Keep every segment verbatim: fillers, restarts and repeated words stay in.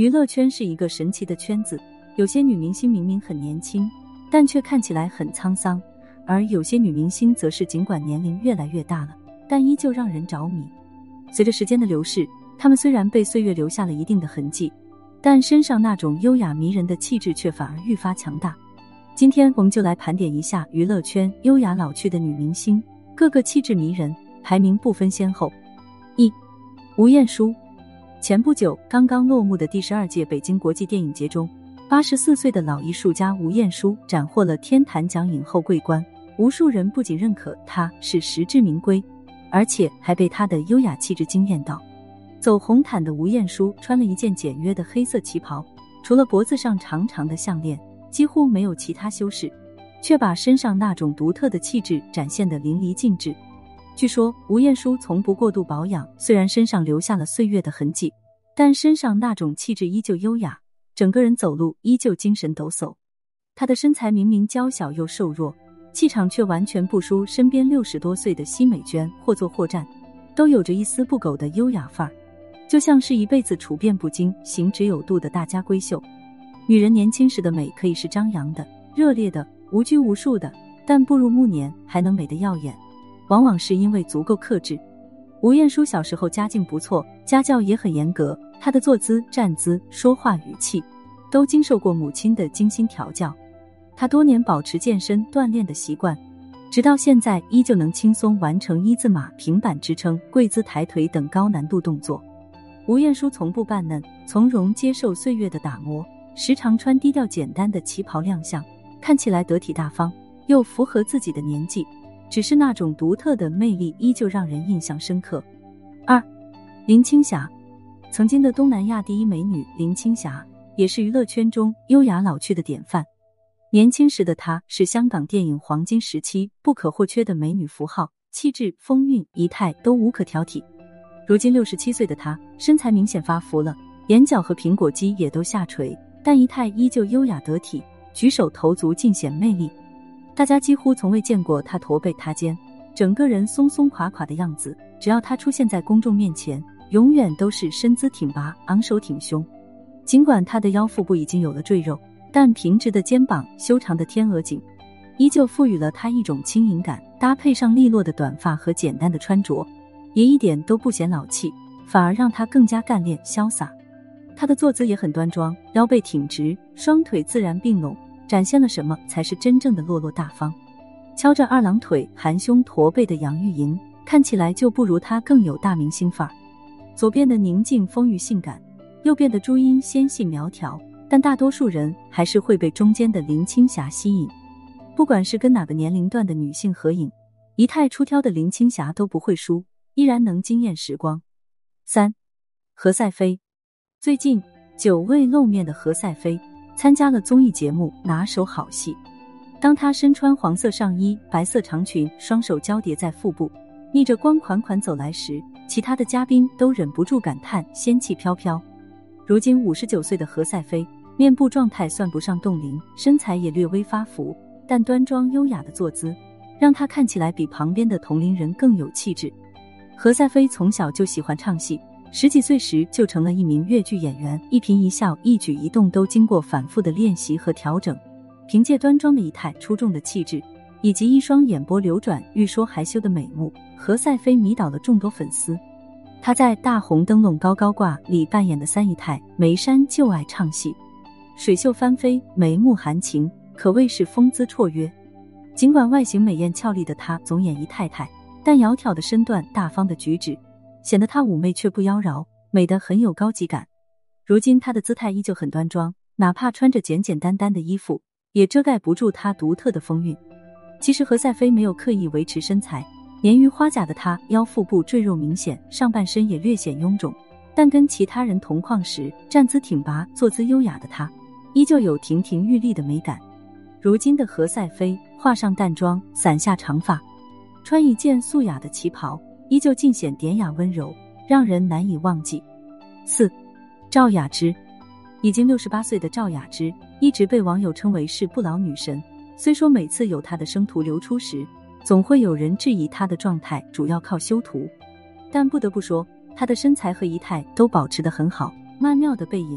娱乐圈是一个神奇的圈子，有些女明星明明很年轻，但却看起来很沧桑，而有些女明星则是尽管年龄越来越大了，但依旧让人着迷。随着时间的流逝，她们虽然被岁月留下了一定的痕迹，但身上那种优雅迷人的气质却反而愈发强大。今天我们就来盘点一下娱乐圈优雅老去的女明星，个个气质迷人，排名不分先后。一、吴彦姝。前不久刚刚落幕的第十二届北京国际电影节中，八十四岁的老艺术家吴彦姝斩获了天坛奖影后桂冠，无数人不仅认可她是实至名归，而且还被她的优雅气质惊艳到。走红毯的吴彦姝穿了一件简约的黑色旗袍，除了脖子上长长的项链，几乎没有其他修饰，却把身上那种独特的气质展现得淋漓尽致。据说吴彦姝从不过度保养，虽然身上留下了岁月的痕迹，但身上那种气质依旧优雅，整个人走路依旧精神抖擞。她的身材明明娇小又瘦弱，气场却完全不输身边六十多岁的奚美娟，或坐或站都有着一丝不苟的优雅范儿，就像是一辈子处变不惊、行止有度的大家闺秀。女人年轻时的美可以是张扬的、热烈的、无拘无束的，但步入暮年还能美得耀眼，往往是因为足够克制。吴彦姝小时候家境不错，家教也很严格，她的坐姿、站姿、说话语气都经受过母亲的精心调教。她多年保持健身锻炼的习惯，直到现在依旧能轻松完成一字马、平板支撑、跪姿抬腿等高难度动作。吴彦姝从不扮嫩，从容接受岁月的打磨，时常穿低调简单的旗袍亮相，看起来得体大方，又符合自己的年纪，只是那种独特的魅力依旧让人印象深刻。二、林青霞。曾经的东南亚第一美女林青霞，也是娱乐圈中优雅老去的典范。年轻时的她是香港电影黄金时期不可或缺的美女符号，气质、风韵、仪态都无可挑剔。如今六十七岁的她，身材明显发福了，眼角和苹果肌也都下垂，但仪态依旧优雅得体，举手投足尽显魅力。大家几乎从未见过她驼背塌肩，整个人松松垮垮的样子，只要她出现在公众面前，永远都是身姿挺拔，昂首挺胸。尽管她的腰腹部已经有了赘肉，但平直的肩膀、修长的天鹅颈依旧赋予了她一种轻盈感，搭配上利落的短发和简单的穿着，也一点都不显老气，反而让她更加干练潇洒。她的坐姿也很端庄，腰背挺直，双腿自然并拢，展现了什么才是真正的落落大方。翘着二郎腿、含胸驼背的杨钰莹，看起来就不如她更有大明星范儿。左边的宁静丰腴性感，右边的朱茵纤细苗条，但大多数人还是会被中间的林青霞吸引。不管是跟哪个年龄段的女性合影，仪态出挑的林青霞都不会输，依然能惊艳时光。三、何赛飞。最近久未露面的何赛飞参加了综艺节目《拿手好戏》，当她身穿黄色上衣、白色长裙，双手交叠在腹部，逆着光款款走来时，其他的嘉宾都忍不住感叹仙气飘飘。如今五十九岁的何赛飞，面部状态算不上冻龄，身材也略微发福，但端庄优雅的坐姿让她看起来比旁边的同龄人更有气质。何赛飞从小就喜欢唱戏，十几岁时就成了一名越剧演员，一颦一笑、一举一动都经过反复的练习和调整。凭借端庄的仪态、出众的气质，以及一双眼波流转、欲说还休的美目，何赛飞迷倒了众多粉丝。她在《大红灯笼高高挂》里扮演的三姨太梅山就爱唱戏，水袖翻飞，眉目含情，可谓是风姿绰约。尽管外形美艳俏丽的她总演姨太太，但窈窕的身段、大方的举止，显得她妩媚却不妖娆，美得很有高级感。如今她的姿态依旧很端庄，哪怕穿着简简单单的衣服，也遮盖不住她独特的风韵。其实何赛飞没有刻意维持身材，年逾花甲的她腰腹部赘肉明显，上半身也略显臃肿，但跟其他人同框时，站姿挺拔、坐姿优雅的她依旧有亭亭玉立的美感。如今的何赛飞画上淡妆，散下长发，穿一件素雅的旗袍，依旧尽显典雅温柔，让人难以忘记。四、赵雅芝。已经六十八岁的赵雅芝一直被网友称为是不老女神，虽说每次有她的生图流出时，总会有人质疑她的状态主要靠修图，但不得不说，她的身材和仪态都保持得很好，曼妙的背影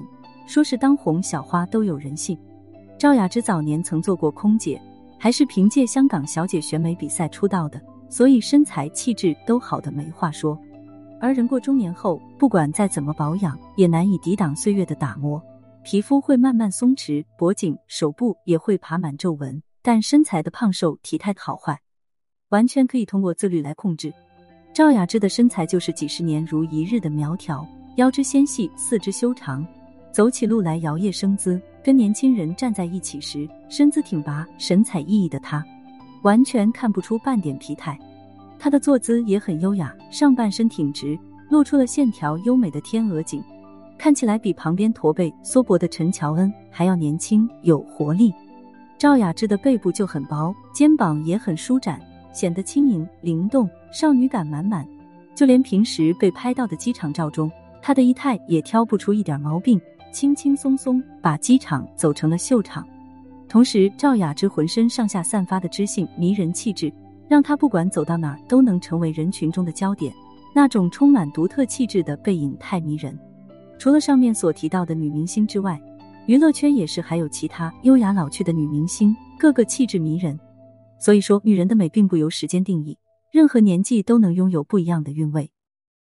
说是当红小花都有人信。赵雅芝早年曾做过空姐，还是凭借香港小姐选美比赛出道的，所以身材气质都好得没话说。而人过中年后，不管再怎么保养，也难以抵挡岁月的打磨，皮肤会慢慢松弛，脖颈、手部也会爬满皱纹，但身材的胖瘦、体态的好坏，完全可以通过自律来控制。赵雅芝的身材就是几十年如一日的苗条，腰肢纤细，四肢修长，走起路来摇曳生姿，跟年轻人站在一起时，身姿挺拔，神采奕奕的她，完全看不出半点疲态。她的坐姿也很优雅，上半身挺直，露出了线条优美的天鹅颈，看起来比旁边驼背缩脖的陈乔恩还要年轻有活力。赵雅芝的背部就很薄，肩膀也很舒展，显得轻盈灵动，少女感满满。就连平时被拍到的机场照中，她的仪态也挑不出一点毛病，轻轻松松把机场走成了秀场。同时赵雅芝浑身上下散发的知性迷人气质，让她不管走到哪儿都能成为人群中的焦点，那种充满独特气质的背影太迷人。除了上面所提到的女明星之外，娱乐圈也是还有其他优雅老去的女明星，个个气质迷人。所以说，女人的美并不由时间定义，任何年纪都能拥有不一样的韵味。